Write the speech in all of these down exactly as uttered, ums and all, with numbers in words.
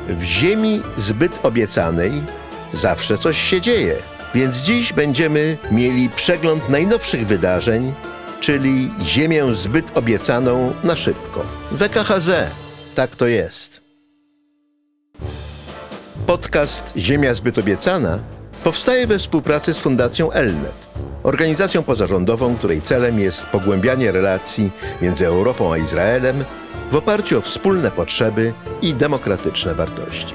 W ziemi zbyt obiecanej zawsze coś się dzieje, więc dziś będziemy mieli przegląd najnowszych wydarzeń, czyli ziemię zbyt obiecaną na szybko. W K H Z, tak to jest. Podcast Ziemia zbyt obiecana powstaje we współpracy z Fundacją Elnet, organizacją pozarządową, której celem jest pogłębianie relacji między Europą a Izraelem w oparciu o wspólne potrzeby i demokratyczne wartości.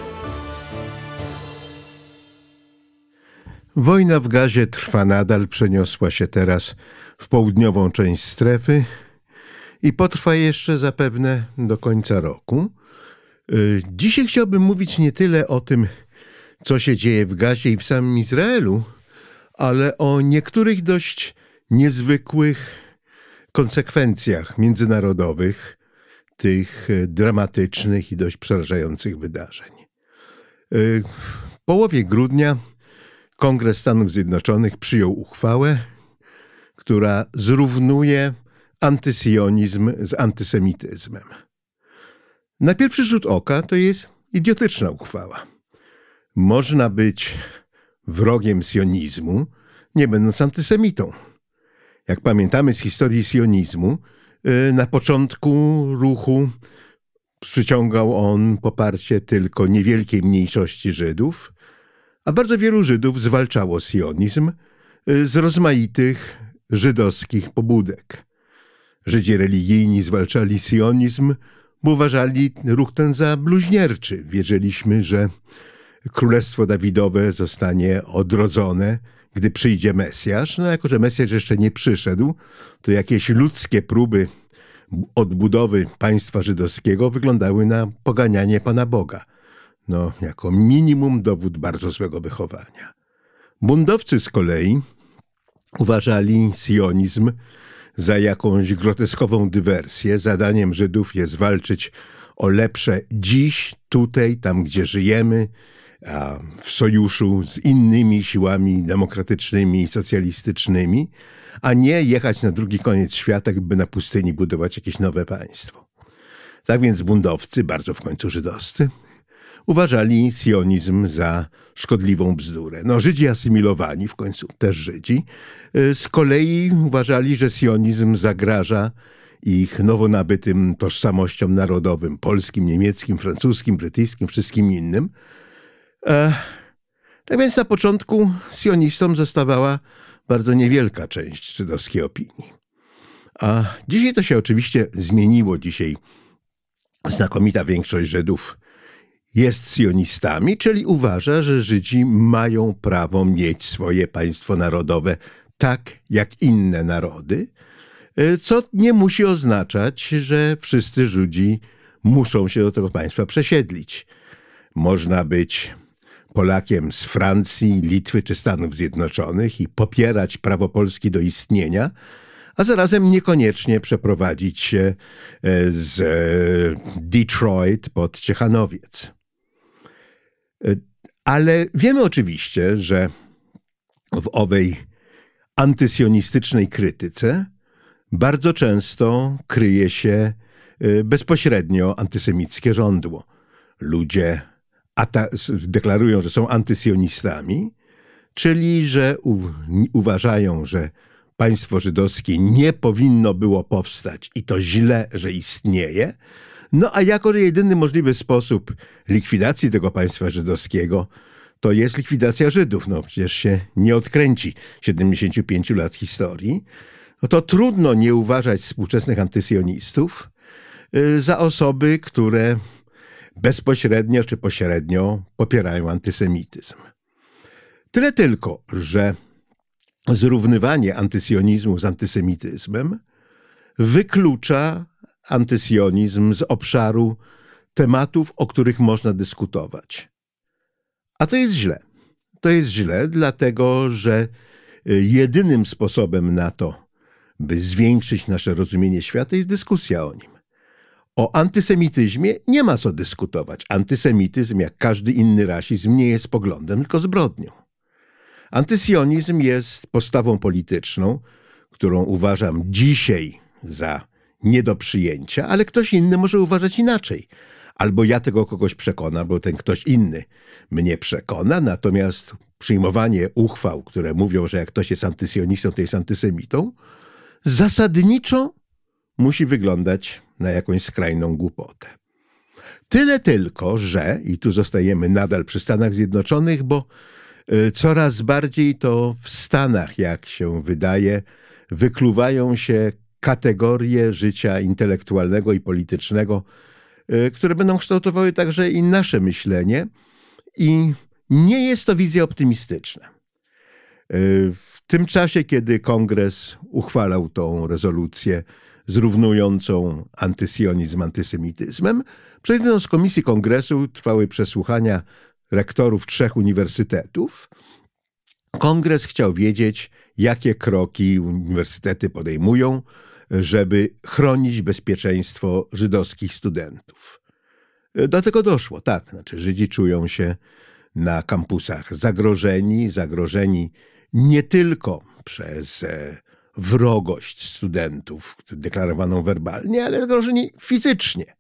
Wojna w Gazie trwa nadal, przeniosła się teraz w południową część strefy i potrwa jeszcze zapewne do końca roku. Dzisiaj chciałbym mówić nie tyle o tym, co się dzieje w Gazie i w samym Izraelu, ale o niektórych dość niezwykłych konsekwencjach międzynarodowych tych dramatycznych i dość przerażających wydarzeń. W połowie grudnia Kongres Stanów Zjednoczonych przyjął uchwałę, która zrównuje antysionizm z antysemityzmem. Na pierwszy rzut oka to jest idiotyczna uchwała. Można być wrogiem sionizmu, nie będąc antysemitą. Jak pamiętamy z historii sionizmu, na początku ruchu przyciągał on poparcie tylko niewielkiej mniejszości Żydów, a bardzo wielu Żydów zwalczało sionizm z rozmaitych żydowskich pobudek. Żydzi religijni zwalczali sionizm, bo uważali ruch ten za bluźnierczy. Wierzyliśmy, że Królestwo Dawidowe zostanie odrodzone, gdy przyjdzie Mesjasz. No jako, że Mesjasz jeszcze nie przyszedł, to jakieś ludzkie próby odbudowy państwa żydowskiego wyglądały na poganianie Pana Boga. No, jako minimum dowód bardzo złego wychowania. Buntowcy z kolei uważali sionizm za jakąś groteskową dywersję. Zadaniem Żydów jest walczyć o lepsze dziś, tutaj, tam gdzie żyjemy, a w sojuszu z innymi siłami demokratycznymi i socjalistycznymi, a nie jechać na drugi koniec świata, by na pustyni budować jakieś nowe państwo. Tak więc buntowcy, bardzo w końcu żydowscy, uważali sionizm za szkodliwą bzdurę. No, Żydzi asymilowani, w końcu też Żydzi, z kolei uważali, że sionizm zagraża ich nowo nabytym tożsamościom narodowym, polskim, niemieckim, francuskim, brytyjskim, wszystkim innym. E, tak więc na początku sionistom zostawała bardzo niewielka część żydowskiej opinii. A dzisiaj to się oczywiście zmieniło. Dzisiaj znakomita większość Żydów jest sionistami, czyli uważa, że Żydzi mają prawo mieć swoje państwo narodowe tak jak inne narody, co nie musi oznaczać, że wszyscy Żydzi muszą się do tego państwa przesiedlić. Można być Polakiem z Francji, Litwy czy Stanów Zjednoczonych i popierać prawo Polski do istnienia, a zarazem niekoniecznie przeprowadzić się z Detroit pod Ciechanowiec. Ale wiemy oczywiście, że w owej antysionistycznej krytyce bardzo często kryje się bezpośrednio antysemickie żądło. Ludzie deklarują, że są antysionistami, czyli że u- uważają, że państwo żydowskie nie powinno było powstać i to źle, że istnieje. No a jako, że jedyny możliwy sposób likwidacji tego państwa żydowskiego to jest likwidacja Żydów, no przecież się nie odkręci siedemdziesięciu pięciu lat historii, no to trudno nie uważać współczesnych antysionistów za osoby, które bezpośrednio czy pośrednio popierają antysemityzm. Tyle tylko, że zrównywanie antysionizmu z antysemityzmem wyklucza antysionizm z obszaru tematów, o których można dyskutować. A to jest źle. To jest źle, dlatego że jedynym sposobem na to, by zwiększyć nasze rozumienie świata, jest dyskusja o nim. O antysemityzmie nie ma co dyskutować. Antysemityzm, jak każdy inny rasizm, nie jest poglądem, tylko zbrodnią. Antysionizm jest postawą polityczną, którą uważam dzisiaj za nie do przyjęcia, ale ktoś inny może uważać inaczej. albo ja tego kogoś przekonam, bo ten ktoś inny mnie przekona, natomiast przyjmowanie uchwał, które mówią, że jak ktoś jest antysjonistą, to jest antysemitą, zasadniczo musi wyglądać na jakąś skrajną głupotę. Tyle tylko, że, i tu zostajemy nadal przy Stanach Zjednoczonych, bo coraz bardziej to w Stanach, jak się wydaje, wykluwają się kategorie życia intelektualnego i politycznego, które będą kształtowały także i nasze myślenie. I nie jest to wizja optymistyczna. W tym czasie, kiedy Kongres uchwalał tą rezolucję zrównującą antysjonizm antysemityzmem, przewodnicząc Komisji Kongresu trwały przesłuchania rektorów trzech uniwersytetów. Kongres chciał wiedzieć, jakie kroki uniwersytety podejmują, żeby chronić bezpieczeństwo żydowskich studentów. Do tego doszło, tak, znaczy Żydzi czują się na kampusach zagrożeni, zagrożeni nie tylko przez wrogość studentów deklarowaną werbalnie, ale zagrożeni fizycznie.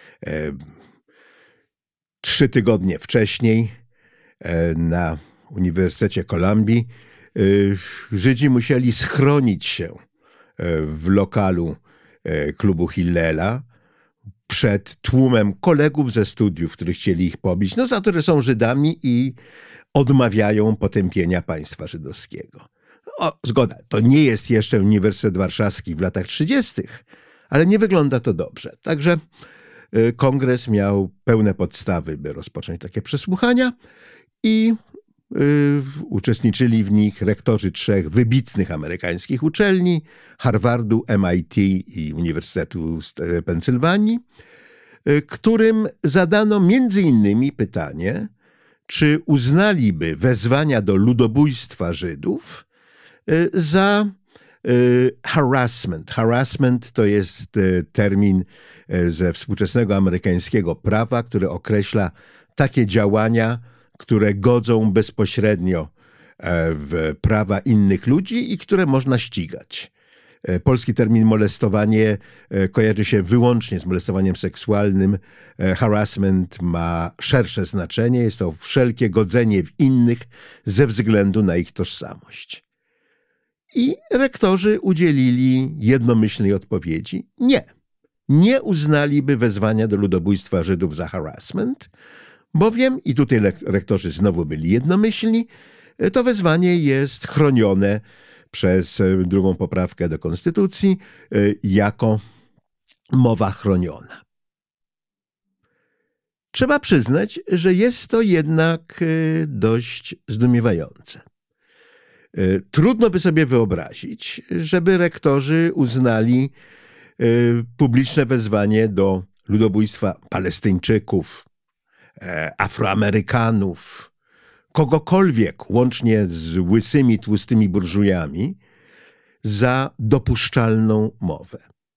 Trzy tygodnie wcześniej na Uniwersytecie Kolumbii Żydzi musieli schronić się w lokalu klubu Hillela przed tłumem kolegów ze studiów, którzy chcieli ich pobić, no za to, że są Żydami i odmawiają potępienia państwa żydowskiego. O, zgoda, to nie jest jeszcze Uniwersytet Warszawski w latach trzydziestych, ale nie wygląda to dobrze. Także Kongres miał pełne podstawy, by rozpocząć takie przesłuchania i y, uczestniczyli w nich rektorzy trzech wybitnych amerykańskich uczelni, Harvardu, M I T i Uniwersytetu z Pensylwanii, y, którym zadano między innymi pytanie, czy uznaliby wezwania do ludobójstwa Żydów y, za y, harassment. Harassment to jest y, termin ze współczesnego amerykańskiego prawa, który określa takie działania, które godzą bezpośrednio w prawa innych ludzi i które można ścigać. Polski termin molestowanie kojarzy się wyłącznie z molestowaniem seksualnym. Harassment ma szersze znaczenie. Jest to wszelkie godzenie w innych ze względu na ich tożsamość. I rektorzy udzielili jednomyślnej odpowiedzi: nie. Nie uznaliby wezwania do ludobójstwa Żydów za harassment, bowiem, i tutaj rektorzy znowu byli jednomyślni, to wezwanie jest chronione przez drugą poprawkę do Konstytucji jako mowa chroniona. Trzeba przyznać, że jest to jednak dość zdumiewające. Trudno by sobie wyobrazić, żeby rektorzy uznali publiczne wezwanie do ludobójstwa Palestyńczyków, Afroamerykanów, kogokolwiek, łącznie z łysymi, tłustymi burżujami, za dopuszczalną mowę.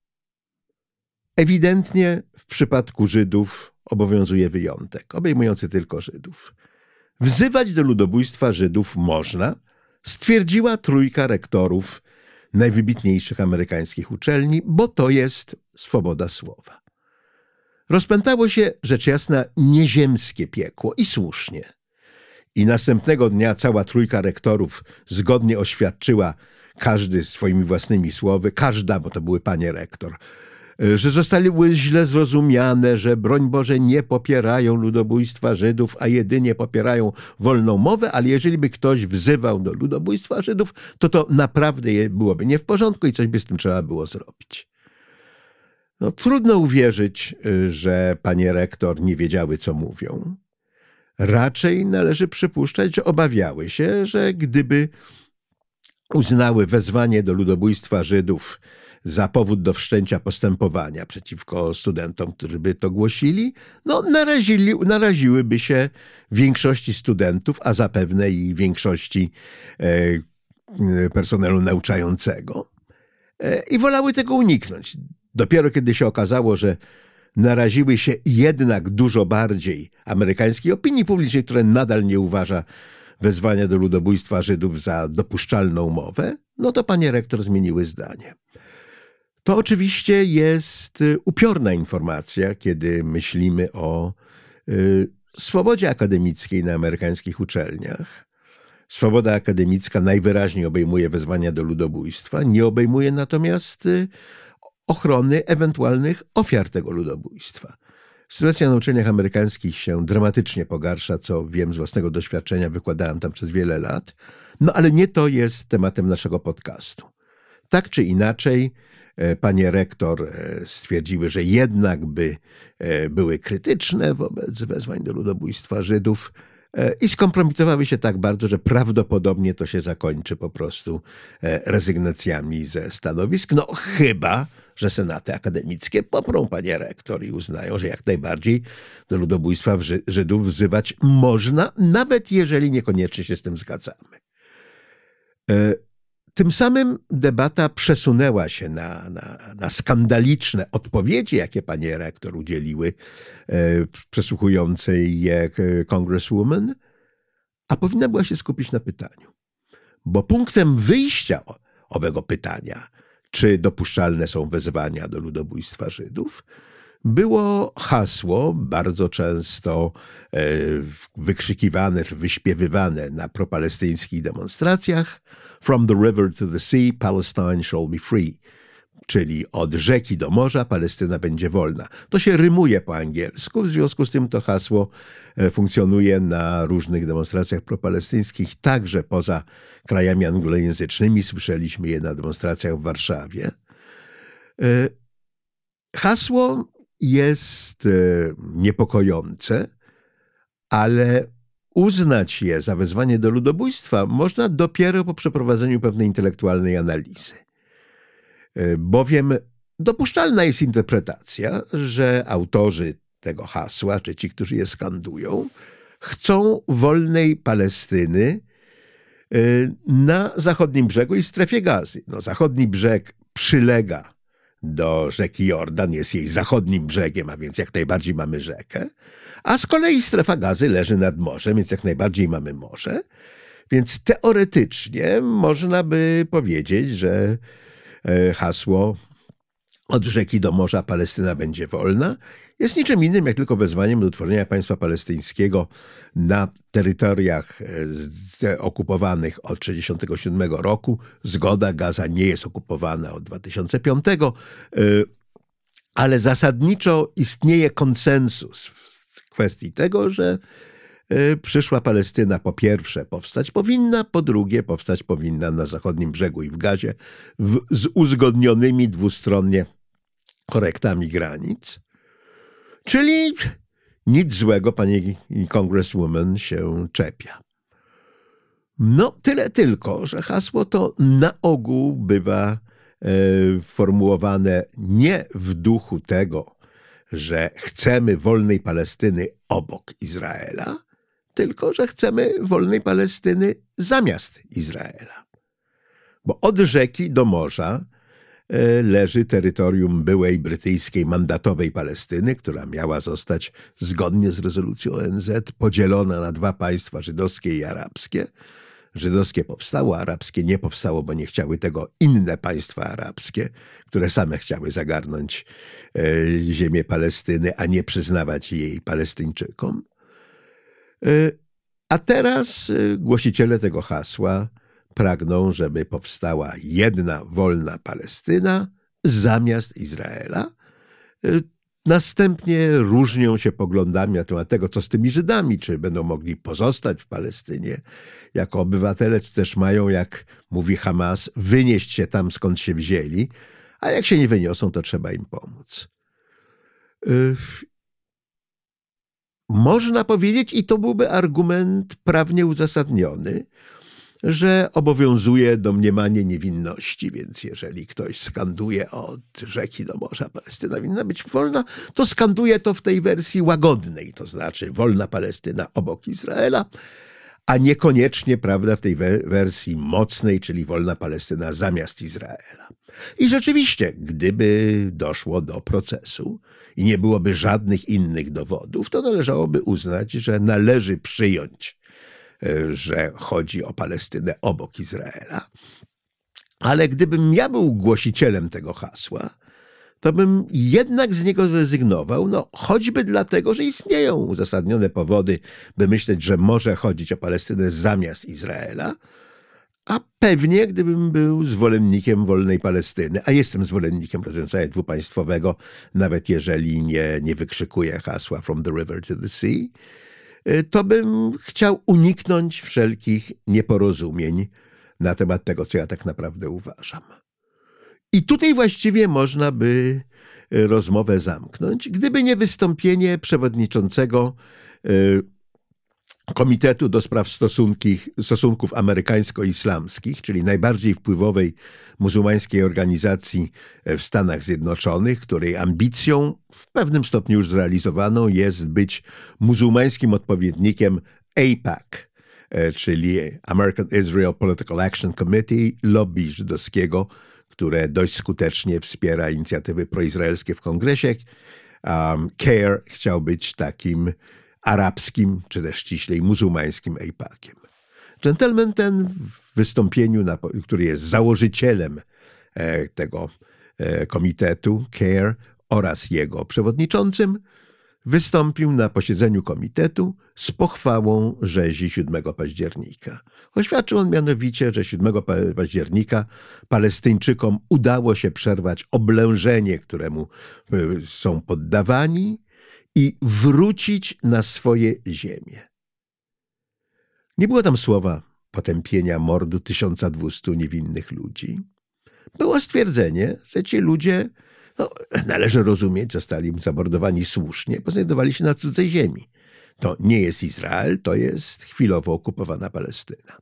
Ewidentnie w przypadku Żydów obowiązuje wyjątek, obejmujący tylko Żydów. Wzywać do ludobójstwa Żydów można, stwierdziła trójka rektorów najwybitniejszych amerykańskich uczelni, bo to jest swoboda słowa. Rozpętało się, rzecz jasna, nieziemskie piekło i słusznie. I następnego dnia cała trójka rektorów zgodnie oświadczyła, każdy swoimi własnymi słowy, każda, bo to były panie rektor, że zostały źle zrozumiane, że broń Boże nie popierają ludobójstwa Żydów, a jedynie popierają wolną mowę, ale jeżeli by ktoś wzywał do ludobójstwa Żydów, to to naprawdę byłoby nie w porządku i coś by z tym trzeba było zrobić. No, trudno uwierzyć, że panie rektor nie wiedziały, co mówią. Raczej należy przypuszczać, że obawiały się, że gdyby uznały wezwanie do ludobójstwa Żydów za powód do wszczęcia postępowania przeciwko studentom, którzy by to głosili, no narazili, naraziłyby się większości studentów, a zapewne i większości e, personelu nauczającego. E, I wolały tego uniknąć. Dopiero kiedy się okazało, że naraziły się jednak dużo bardziej amerykańskiej opinii publicznej, która nadal nie uważa wezwania do ludobójstwa Żydów za dopuszczalną mowę, no to panie rektor zmieniły zdanie. To oczywiście jest upiorna informacja, kiedy myślimy o y, swobodzie akademickiej na amerykańskich uczelniach. Swoboda akademicka najwyraźniej obejmuje wezwania do ludobójstwa, nie obejmuje natomiast y, ochrony ewentualnych ofiar tego ludobójstwa. Sytuacja na uczelniach amerykańskich się dramatycznie pogarsza, co wiem z własnego doświadczenia, wykładałem tam przez wiele lat, no ale nie to jest tematem naszego podcastu. Tak czy inaczej, panie rektor stwierdziły, że jednak by były krytyczne wobec wezwań do ludobójstwa Żydów i skompromitowały się tak bardzo, że prawdopodobnie to się zakończy po prostu rezygnacjami ze stanowisk. No chyba, że senaty akademickie poprą panie rektor i uznają, że jak najbardziej do ludobójstwa Żydów wzywać można, nawet jeżeli niekoniecznie się z tym zgadzamy. Tym samym debata przesunęła się na, na, na skandaliczne odpowiedzi, jakie panie rektor udzieliły e, przesłuchującej je congresswoman, a powinna była się skupić na pytaniu. Bo punktem wyjścia owego pytania, czy dopuszczalne są wezwania do ludobójstwa Żydów, było hasło bardzo często e, wykrzykiwane czy wyśpiewywane na propalestyńskich demonstracjach: From the river to the sea, Palestine shall be free. Czyli od rzeki do morza Palestyna będzie wolna. To się rymuje po angielsku, w związku z tym to hasło funkcjonuje na różnych demonstracjach propalestyńskich, także poza krajami anglojęzycznymi. Słyszeliśmy je na demonstracjach w Warszawie. Hasło jest niepokojące, ale uznać je za wezwanie do ludobójstwa można dopiero po przeprowadzeniu pewnej intelektualnej analizy. Bowiem dopuszczalna jest interpretacja, że autorzy tego hasła, czy ci, którzy je skandują, chcą wolnej Palestyny na zachodnim brzegu i w strefie Gazy. No, zachodni brzeg przylega do rzeki Jordan, jest jej zachodnim brzegiem, a więc jak najbardziej mamy rzekę, a z kolei strefa Gazy leży nad morzem, więc jak najbardziej mamy morze. Więc teoretycznie można by powiedzieć, że hasło od rzeki do morza Palestyna będzie wolna jest niczym innym jak tylko wezwaniem do utworzenia państwa palestyńskiego na terytoriach okupowanych od tysiąc dziewięćset sześćdziesiątego siódmego roku. Zgoda, Gaza nie jest okupowana od dwa tysiące piątego, ale zasadniczo istnieje konsensus w kwestii tego, że przyszła Palestyna po pierwsze powstać powinna, po drugie powstać powinna na zachodnim brzegu i w Gazie w, z uzgodnionymi dwustronnie korektami granic. Czyli nic złego pani congresswoman się czepia. No tyle tylko, że hasło to na ogół bywa e, formułowane nie w duchu tego, że chcemy wolnej Palestyny obok Izraela, tylko że chcemy wolnej Palestyny zamiast Izraela. Bo od rzeki do morza leży terytorium byłej brytyjskiej mandatowej Palestyny, która miała zostać zgodnie z rezolucją O N Z podzielona na dwa państwa, żydowskie i arabskie. Żydowskie powstało, arabskie nie powstało, bo nie chciały tego inne państwa arabskie, które same chciały zagarnąć ziemię Palestyny, a nie przyznawać jej Palestyńczykom. A teraz głosiciele tego hasła pragną, żeby powstała jedna wolna Palestyna zamiast Izraela. Następnie różnią się poglądami na temat tego, co z tymi Żydami, czy będą mogli pozostać w Palestynie jako obywatele, czy też mają, jak mówi Hamas, wynieść się tam, skąd się wzięli, a jak się nie wyniosą, to trzeba im pomóc. Można powiedzieć, i to byłby argument prawnie uzasadniony, że obowiązuje domniemanie niewinności, więc jeżeli ktoś skanduje od rzeki do morza Palestyna winna być wolna, to skanduje to w tej wersji łagodnej, to znaczy wolna Palestyna obok Izraela, a niekoniecznie, prawda, w tej wersji mocnej, czyli wolna Palestyna zamiast Izraela. I rzeczywiście, gdyby doszło do procesu i nie byłoby żadnych innych dowodów, to należałoby uznać, że należy przyjąć, że chodzi o Palestynę obok Izraela. Ale gdybym ja był głosicielem tego hasła, to bym jednak z niego zrezygnował, no choćby dlatego, że istnieją uzasadnione powody, by myśleć, że może chodzić o Palestynę zamiast Izraela, a pewnie gdybym był zwolennikiem wolnej Palestyny, a jestem zwolennikiem rozwiązania dwupaństwowego, nawet jeżeli nie, nie wykrzykuję hasła from the river to the sea, to bym chciał uniknąć wszelkich nieporozumień na temat tego, co ja tak naprawdę uważam. I tutaj właściwie można by rozmowę zamknąć, gdyby nie wystąpienie przewodniczącego Komitetu do Spraw Stosunków Amerykańsko-Islamskich, czyli najbardziej wpływowej muzułmańskiej organizacji w Stanach Zjednoczonych, której ambicją, w pewnym stopniu już zrealizowaną, jest być muzułmańskim odpowiednikiem A I P A C, czyli American Israel Political Action Committee, lobby żydowskiego, które dość skutecznie wspiera inicjatywy proizraelskie w Kongresie. Um, CAIR chciał być takim arabskim, czy też ściślej muzułmańskim A I P A C-iem. Dżentelmen ten w wystąpieniu, na, który jest założycielem e, tego e, komitetu CAIR oraz jego przewodniczącym, wystąpił na posiedzeniu komitetu z pochwałą rzezi siódmego października. Oświadczył on mianowicie, że siódmego października Palestyńczykom udało się przerwać oblężenie, któremu są poddawani, i wrócić na swoje ziemię. Nie było tam słowa potępienia mordu tysiąca dwustu niewinnych ludzi. Było stwierdzenie, że ci ludzie, no, należy rozumieć, zostali zamordowani słusznie, bo znajdowali się na cudzej ziemi. To nie jest Izrael, to jest chwilowo okupowana Palestyna.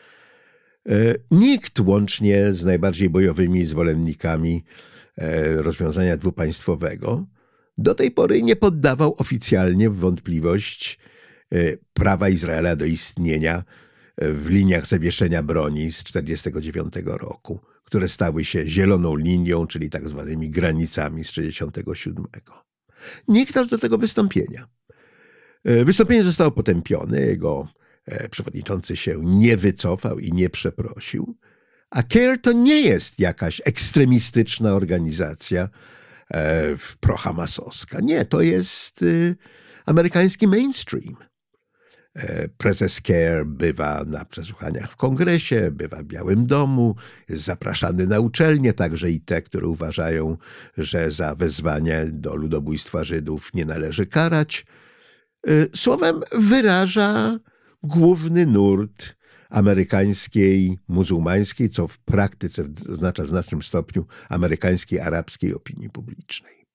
Nikt, łącznie z najbardziej bojowymi zwolennikami rozwiązania dwupaństwowego, do tej pory nie poddawał oficjalnie w wątpliwość prawa Izraela do istnienia w liniach zawieszenia broni z tysiąc dziewięćset czterdziestego dziewiątego roku, które stały się zieloną linią, czyli tak zwanymi granicami z tysiąc dziewięćset sześćdziesiątego siódmego. Nikt aż do tego wystąpienia. Wystąpienie zostało potępione, jego przewodniczący się nie wycofał i nie przeprosił, a CAIR to nie jest jakaś ekstremistyczna organizacja prohamasowska. Nie, to jest amerykański mainstream. Prezes CAIR bywa na przesłuchaniach w Kongresie, bywa w Białym Domu, jest zapraszany na uczelnie, także i te, które uważają, że za wezwanie do ludobójstwa Żydów nie należy karać. Słowem, wyraża główny nurt amerykańskiej, muzułmańskiej, co w praktyce oznacza w znacznym stopniu amerykańskiej, arabskiej opinii publicznej.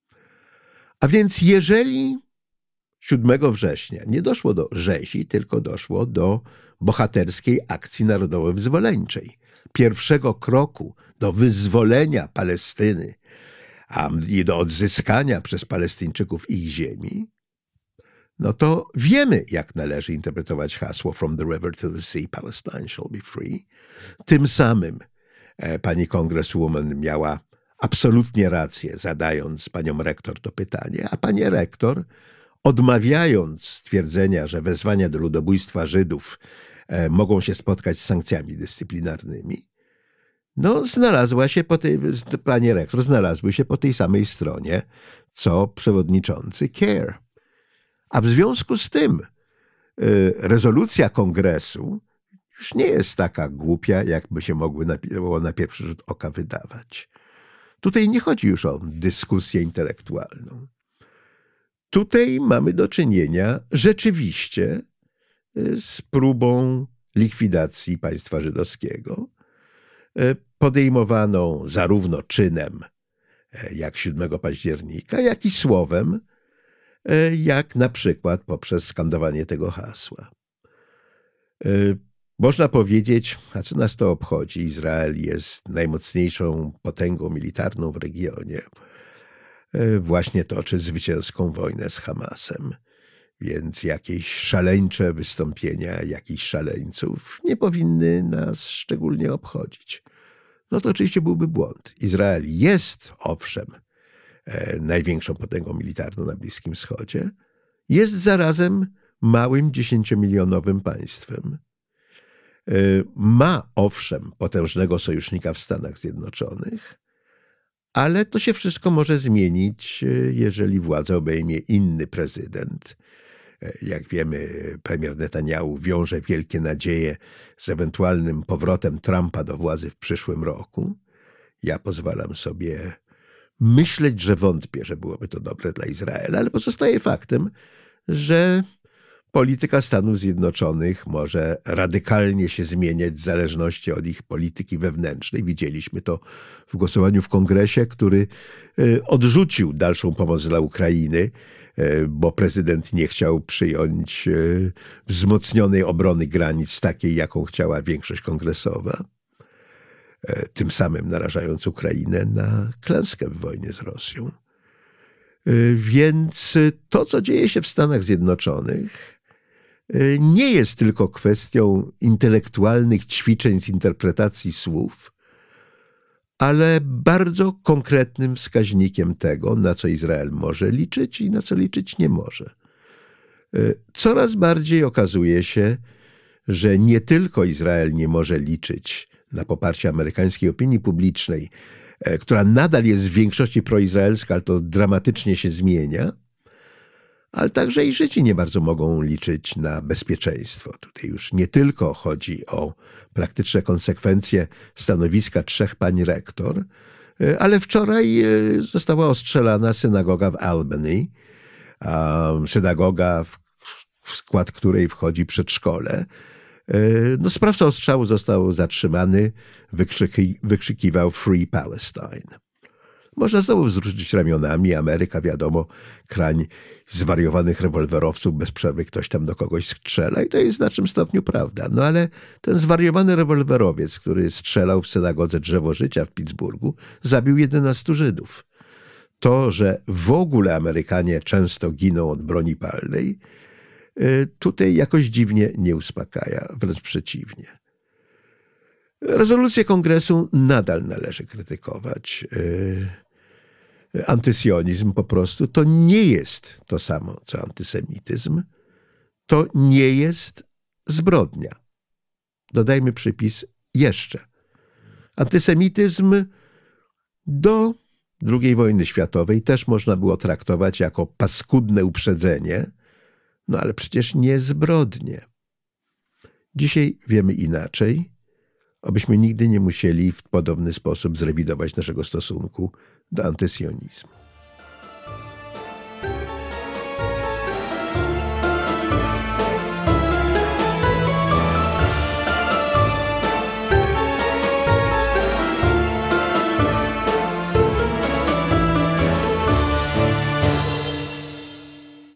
A więc jeżeli siódmego września nie doszło do rzezi, tylko doszło do bohaterskiej akcji narodowo-wyzwoleńczej, pierwszego kroku do wyzwolenia Palestyny a i do odzyskania przez Palestyńczyków ich ziemi, no to wiemy, jak należy interpretować hasło from the river to the sea, Palestine shall be free. Tym samym e, pani congresswoman miała absolutnie rację, zadając panią rektor to pytanie, a pani rektor, odmawiając stwierdzenia, że wezwania do ludobójstwa Żydów e, mogą się spotkać z sankcjami dyscyplinarnymi, no znalazła się po tej, pani rektor znalazły się po tej samej stronie, co przewodniczący CAIR. A w związku z tym y, rezolucja kongresu już nie jest taka głupia, jakby się mogły na, na pierwszy rzut oka wydawać. Tutaj nie chodzi już o dyskusję intelektualną. Tutaj mamy do czynienia rzeczywiście z próbą likwidacji państwa żydowskiego, podejmowaną zarówno czynem jak siódmego października, jak i słowem, jak na przykład poprzez skandowanie tego hasła. Można powiedzieć, a co nas to obchodzi, Izrael jest najmocniejszą potęgą militarną w regionie. Właśnie toczy zwycięską wojnę z Hamasem. Więc jakieś szaleńcze wystąpienia jakichś szaleńców nie powinny nas szczególnie obchodzić. No to oczywiście byłby błąd. Izrael jest, owszem, największą potęgą militarną na Bliskim Wschodzie, jest zarazem małym dziesięciomilionowym państwem, ma owszem potężnego sojusznika w Stanach Zjednoczonych, ale to się wszystko może zmienić, jeżeli władzę obejmie inny prezydent. Jak wiemy, premier Netanyahu wiąże wielkie nadzieje z ewentualnym powrotem Trumpa do władzy w przyszłym roku. Ja pozwalam sobie myśleć, że wątpię, że byłoby to dobre dla Izraela, ale pozostaje faktem, że polityka Stanów Zjednoczonych może radykalnie się zmieniać w zależności od ich polityki wewnętrznej. Widzieliśmy to w głosowaniu w Kongresie, który odrzucił dalszą pomoc dla Ukrainy, bo prezydent nie chciał przyjąć wzmocnionej obrony granic takiej, jaką chciała większość kongresowa, tym samym narażając Ukrainę na klęskę w wojnie z Rosją. Więc to, co dzieje się w Stanach Zjednoczonych, nie jest tylko kwestią intelektualnych ćwiczeń z interpretacji słów, ale bardzo konkretnym wskaźnikiem tego, na co Izrael może liczyć i na co liczyć nie może. Coraz bardziej okazuje się, że nie tylko Izrael nie może liczyć na poparcie amerykańskiej opinii publicznej, która nadal jest w większości proizraelska, ale to dramatycznie się zmienia, ale także i Żydzi nie bardzo mogą liczyć na bezpieczeństwo. Tutaj już nie tylko chodzi o praktyczne konsekwencje stanowiska trzech pań rektor, ale wczoraj została ostrzelana synagoga w Albany, synagoga, w skład której wchodzi przedszkole. No, sprawca ostrzału został zatrzymany, wykrzyki, wykrzykiwał Free Palestine. Można znowu wzruszyć ramionami. Ameryka, wiadomo, krań zwariowanych rewolwerowców, bez przerwy ktoś tam do kogoś strzela i to jest w znacznym stopniu prawda. No ale ten zwariowany rewolwerowiec, który strzelał w synagodze Drzewo Życia w Pittsburghu, zabił jedenastu Żydów. To, że w ogóle Amerykanie często giną od broni palnej, tutaj jakoś dziwnie nie uspokaja, wręcz przeciwnie. Rezolucję Kongresu nadal należy krytykować. Antysionizm po prostu to nie jest to samo, co antysemityzm. To nie jest zbrodnia. Dodajmy przypis jeszcze. Antysemityzm do drugiej wojny światowej też można było traktować jako paskudne uprzedzenie, no ale przecież nie zbrodnie. Dzisiaj wiemy inaczej, abyśmy nigdy nie musieli w podobny sposób zrewidować naszego stosunku do antysionizmu.